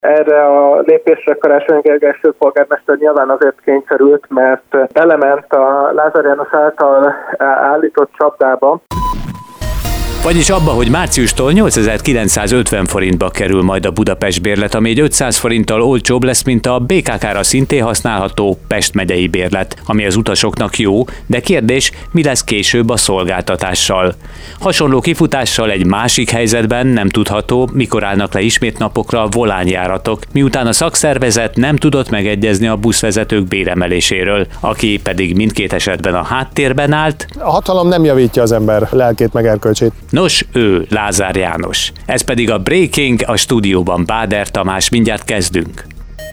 Erre a lépésre Karácsony Gergely főpolgármester nyilván azért kényszerült, mert belement a Lázár János által állított csapdába. Vagyis abba, hogy márciustól 8950 forintba kerül majd a Budapest bérlet, ami egy 500 forinttal olcsóbb lesz, mint a BKK-ra szintén használható Pest megyei bérlet, ami az utasoknak jó, de kérdés, mi lesz később a szolgáltatással. Hasonló kifutással egy másik helyzetben nem tudható, mikor állnak le ismét napokra a volánjáratok, miután a szakszervezet nem tudott megegyezni a buszvezetők béremeléséről, aki pedig mindkét esetben a háttérben állt. A hatalom nem javítja az ember lelkét meg erkölcsét. Nos, ő Lázár János. Ez pedig a Breaking, a stúdióban Báder Tamás, mindjárt kezdünk.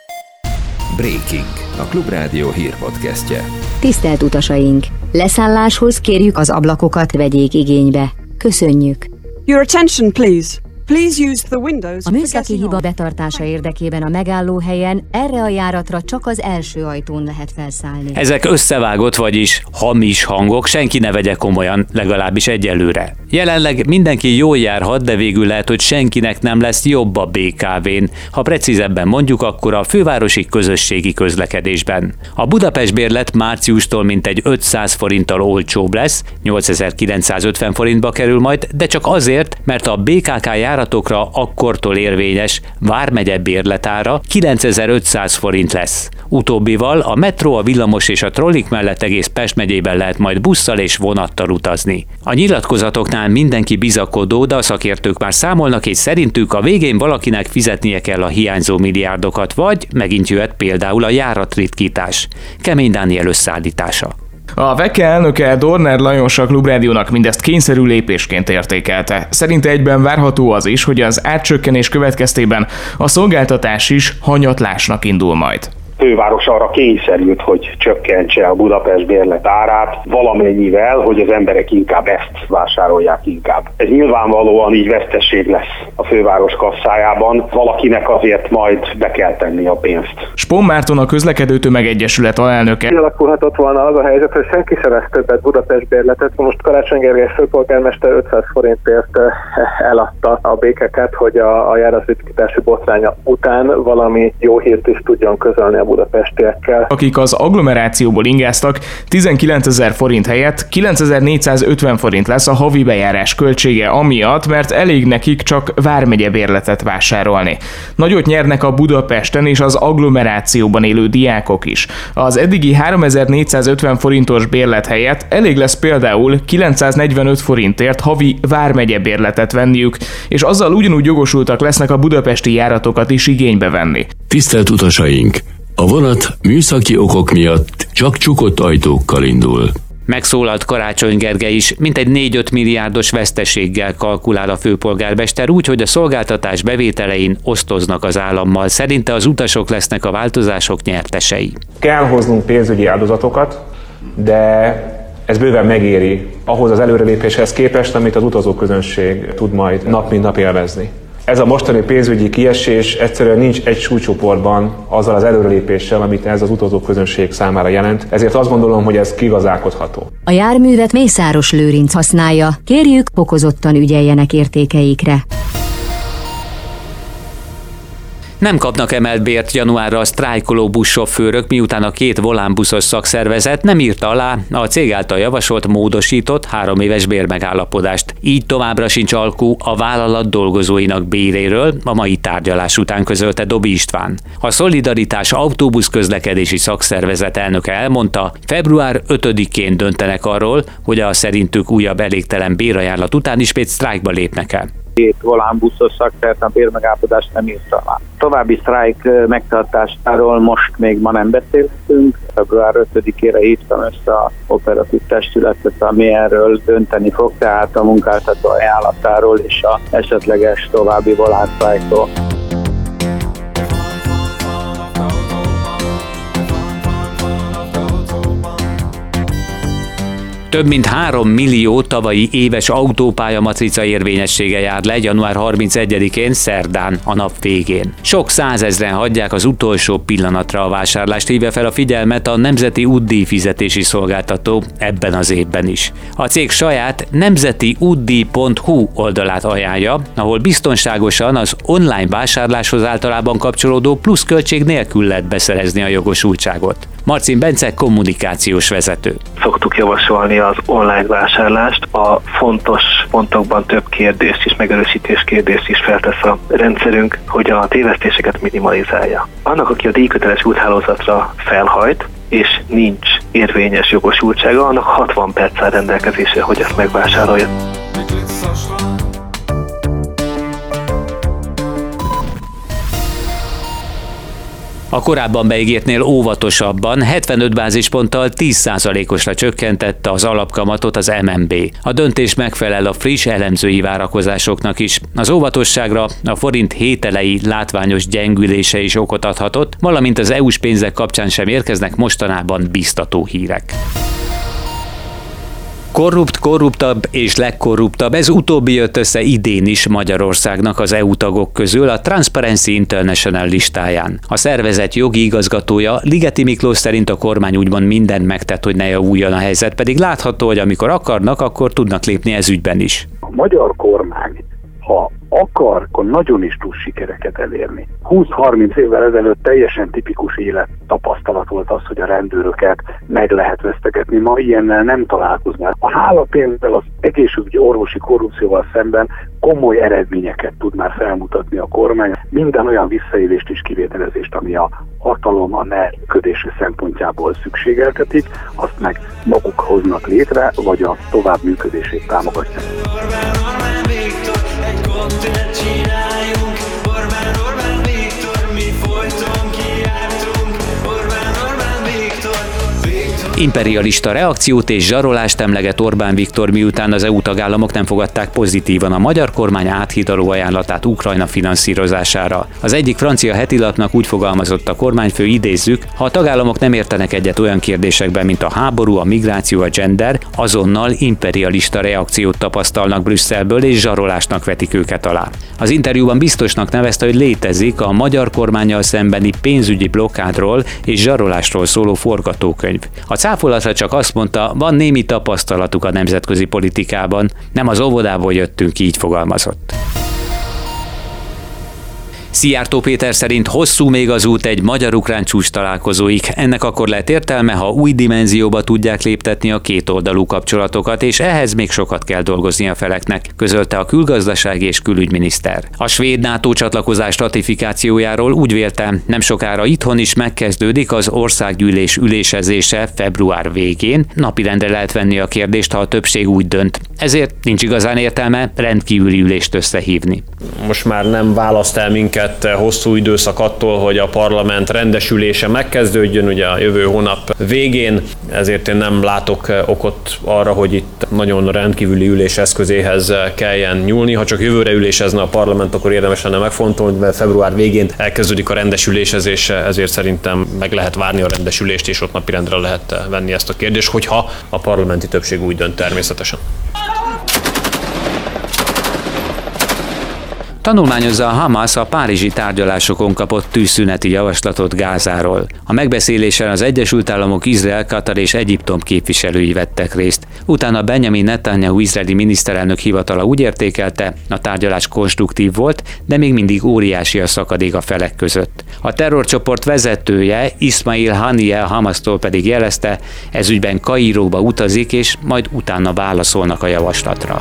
Breaking, a Klubrádió hírpodcastje. Tisztelt utasaink! Leszálláshoz kérjük az ablakokat vegyék igénybe. Köszönjük! Your attention, please. Please use the windows. A műszaki hiba betartása érdekében a megállóhelyen erre a járatra csak az első ajtón lehet felszállni. Ezek összevágott, vagyis hamis hangok, senki ne vegye komolyan, legalábbis egyelőre. Jelenleg mindenki jól járhat, de végül lehet, hogy senkinek nem lesz jobb a BKV-n. Ha precízebben mondjuk, akkor a fővárosi közösségi közlekedésben. A Budapest bérlet márciustól mintegy 500 forinttal olcsóbb lesz, 8950 forintba kerül majd, de csak azért, mert a BKK járatokra akkortól érvényes vármegye bérletára 9500 forint lesz. Utóbbival a metró, a villamos és a trollik mellett egész Pest megyében lehet majd busszal és vonattal utazni. A nyilatkozatoknál mindenki bizakodó, de a szakértők már számolnak, és szerintük a végén valakinek fizetnie kell a hiányzó milliárdokat, vagy megint jöhet például a járatritkítás. Kemény Dániel összeállítása. A VEKE elnöke Dorner Lajos a Klubrádiónak mindezt kényszerű lépésként értékelte. Szerinte egyben várható az is, hogy az árcsökkenés következtében a szolgáltatás is hanyatlásnak indul majd. Főváros arra kényszerült, hogy csökkentse a Budapest bérlet árát valamennyivel, hogy az emberek inkább ezt vásárolják inkább. Ez nyilvánvalóan így veszteség lesz a főváros kasszájában, valakinek azért majd be kell tenni a pénzt. Spon Márton, a Közlekedő Tömegegyesület alelnöke. Alakulhatott volna az a helyzet, hogy senki sem vesz többet Budapest bérletet. Most Karácsony Gergely főpolgármester 500 forintért eladta a BKK-t, hogy a járatritkítási botránya után valami jó hírt is tudjon közölni a budapestiekkel. Akik az agglomerációból ingáztak, 19 000 forint helyett 9450 forint lesz a havi bejárás költsége amiatt, mert elég nekik csak vármegye bérletet vásárolni. Nagyot nyernek a Budapesten és az agglomerációban élő diákok is. Az eddigi 3450 forintos bérlet helyett elég lesz például 945 forintért havi vármegye bérletet venniük, és azzal ugyanúgy jogosultak lesznek a budapesti járatokat is igénybe venni. Tisztelt utasaink! A vonat műszaki okok miatt csak csukott ajtókkal indul. Megszólalt Karácsony Gergely is, mintegy 4-5 milliárdos veszteséggel kalkulál a főpolgármester, úgy, hogy a szolgáltatás bevételein osztoznak az állammal. Szerinte az utasok lesznek a változások nyertesei. Kell hoznunk pénzügyi áldozatokat, de ez bőven megéri ahhoz az előrelépéshez képest, amit az utazóközönség tud majd nap mint nap élvezni. Ez a mostani pénzügyi kiesés egyszerűen nincs egy súlycsoportban azzal az előrelépéssel, amit ez az utazóközönség számára jelent, ezért azt gondolom, hogy ez kigazdálkodható. A járművet Mészáros Lőrinc használja. Kérjük, fokozottan ügyeljenek értékeikre. Nem kapnak emelt bért januárra a sztrájkoló buszsofőrök, miután a 2 volánbuszos szakszervezet nem írta alá a cég által javasolt módosított 3 éves bérmegállapodást. Így továbbra sincs alkú a vállalat dolgozóinak béréről, a mai tárgyalás után közölte Dobi István. A Szolidaritás autóbuszközlekedési szakszervezet elnöke elmondta, február 5-én döntenek arról, hogy a szerintük újabb elégtelen bérajánlat után ismét sztrájkba lépnek el. 2 volánbuszos szakszervezet bérmegállapodást nem írt alá. További sztrájk megtartásáról most még ma nem beszélhetünk. Február 5-ére hívtam össze a operatív testületet, ami erről dönteni fog, tehát a munkáltató ajánlatáról és a esetleges további volánsztrájkról. Több mint 3 millió tavalyi éves autópálya matrica érvényessége jár le január 31-én szerdán a nap végén. Sok százezren hagyják az utolsó pillanatra a vásárlást, hívja fel a figyelmet a Nemzeti Útdíj fizetési szolgáltató ebben az évben is. A cég saját nemzetiútdíj.hu oldalát ajánlja, ahol biztonságosan az online vásárláshoz általában kapcsolódó pluszköltség nélkül lehet beszerezni a jogosultságot. Marcin Bence kommunikációs vezető. Szoktuk javasolni az online vásárlást, a fontos pontokban több kérdést is, megerősítés kérdést is feltesz a rendszerünk, hogy a tévesztéseket minimalizálja. Annak, aki a díjköteles úthálózatra felhajt, és nincs érvényes jogosultsága, annak 60 perc áll rendelkezésre, hogy ezt megvásárolja. A korábban beígértnél óvatosabban 75 bázisponttal 10%-osra csökkentette az alapkamatot az MNB. A döntés megfelel a friss elemzői várakozásoknak is. Az óvatosságra a forint hételei látványos gyengülése is okot adhatott, valamint az EU-s pénzek kapcsán sem érkeznek mostanában biztató hírek. Korruptabb és legkorruptabb, ez utóbbi jött össze idén is Magyarországnak az EU tagok közül a Transparency International listáján. A szervezet jogi igazgatója Ligeti Miklós szerint a kormány úgymond mindent megtett, hogy ne javuljon a helyzet, pedig látható, hogy amikor akarnak, akkor tudnak lépni ez ügyben is. A magyar kormány, ha akar, akkor nagyon is tud sikereket elérni. 20-30 évvel ezelőtt teljesen tipikus élettapasztalat volt az, hogy a rendőröket meg lehet vesztegetni. Ma ilyennel nem találkoznál. A hálapénzzel, az egészségügyi orvosi korrupcióval szemben komoly eredményeket tud már felmutatni a kormány. Minden olyan visszaélést és kivételezést, ami a hatalom, a működése szempontjából szükségeltetik, azt meg maguk hoznak létre, vagy a tovább működését támogatják. Imperialista reakciót és zsarolást emleget Orbán Viktor, miután az EU tagállamok nem fogadták pozitívan a magyar kormány áthidaló ajánlatát Ukrajna finanszírozására. Az egyik francia hetilapnak úgy fogalmazott a kormányfő, idézzük, ha a tagállamok nem értenek egyet olyan kérdésekben, mint a háború, a migráció, a gender, azonnal imperialista reakciót tapasztalnak Brüsszelből és zsarolásnak vetik őket alá. Az interjúban biztosnak nevezte, hogy létezik a magyar kormánnyal szembeni pénzügyi blokkádról és zsarolásról szóló forgatókönyv. A cáfolatra csak azt mondta, van némi tapasztalatuk a nemzetközi politikában, nem az óvodából jöttünk, így fogalmazott. Szijjártó Péter szerint hosszú még az út egy magyar-ukrán csúcs találkozóig. Ennek akkor lehet értelme, ha új dimenzióba tudják léptetni a kétoldalú kapcsolatokat, és ehhez még sokat kell dolgozni a feleknek, közölte a külgazdasági és külügyminiszter. A svéd NATO csatlakozás ratifikációjáról úgy vélte, nem sokára itthon is megkezdődik az országgyűlés ülésezése február végén. Napirendre lehet venni a kérdést, ha a többség úgy dönt. Ezért nincs igazán értelme rendkívüli ülést összehívni. Most már nem választ el minket hosszú időszak attól, hogy a parlament rendesülése megkezdődjön, ugye a jövő hónap végén, ezért én nem látok okot arra, hogy itt nagyon rendkívüli ülés eszközéhez kelljen nyúlni. Ha csak jövőre ülésezne a parlament, akkor érdemes lenne megfontolni, mert február végén elkezdődik a rendesülésezés, ezért szerintem meg lehet várni a rendesülést, és ott napirendre lehet venni ezt a kérdést, hogyha a parlamenti többség úgy dönt természetesen. Tanulmányozza a Hamas a párizsi tárgyalásokon kapott tűzszüneti javaslatot Gázáról. A megbeszélésen az Egyesült Államok, Izrael, Katar és Egyiptom képviselői vettek részt. Utána Benjamin Netanyahu izraeli miniszterelnök hivatala úgy értékelte, a tárgyalás konstruktív volt, de még mindig óriási a szakadék a felek között. A terrorcsoport vezetője, Ismail Haniyeh Hamasztól pedig jelezte, ezügyben Kairóba utazik, és majd utána válaszolnak a javaslatra.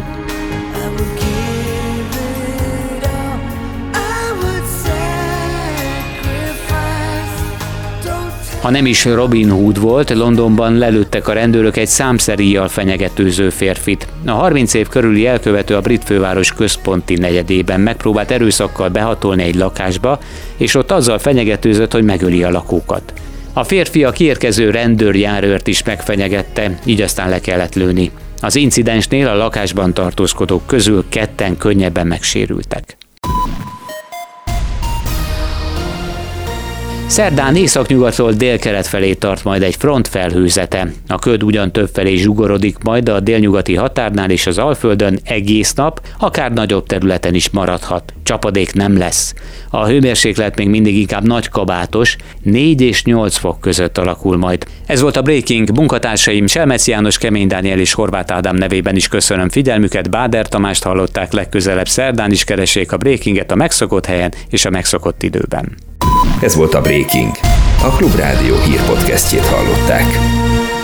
Ha nem is Robin Hood volt, Londonban lelőttek a rendőrök egy számszeríjjal fenyegetőző férfit. A 30 év körüli elkövető a brit főváros központi negyedében megpróbált erőszakkal behatolni egy lakásba, és ott azzal fenyegetőzött, hogy megöli a lakókat. A férfi a kiérkező rendőrjárőrt is megfenyegette, így aztán le kellett lőni. Az incidensnél a lakásban tartózkodók közül 2 könnyebben megsérültek. Szerdán északnyugatról délkelet felé tart majd egy front felhőzete. A köd ugyan többfelé zsugorodik majd a délnyugati határnál és az Alföldön egész nap, akár nagyobb területen is maradhat. Csapadék nem lesz. A hőmérséklet még mindig inkább nagykabátos, 4 és 8 fok között alakul majd. Ez volt a Breaking. Munkatársaim Selmeci János, Kemény Dániel és Horváth Ádám nevében is köszönöm figyelmüket. Báder Tamást hallották, legközelebb szerdán is keressék a Breakinget a megszokott helyen és a megszokott időben. Ez volt a Breaking. A Klubrádió hírpodcastjét hallották.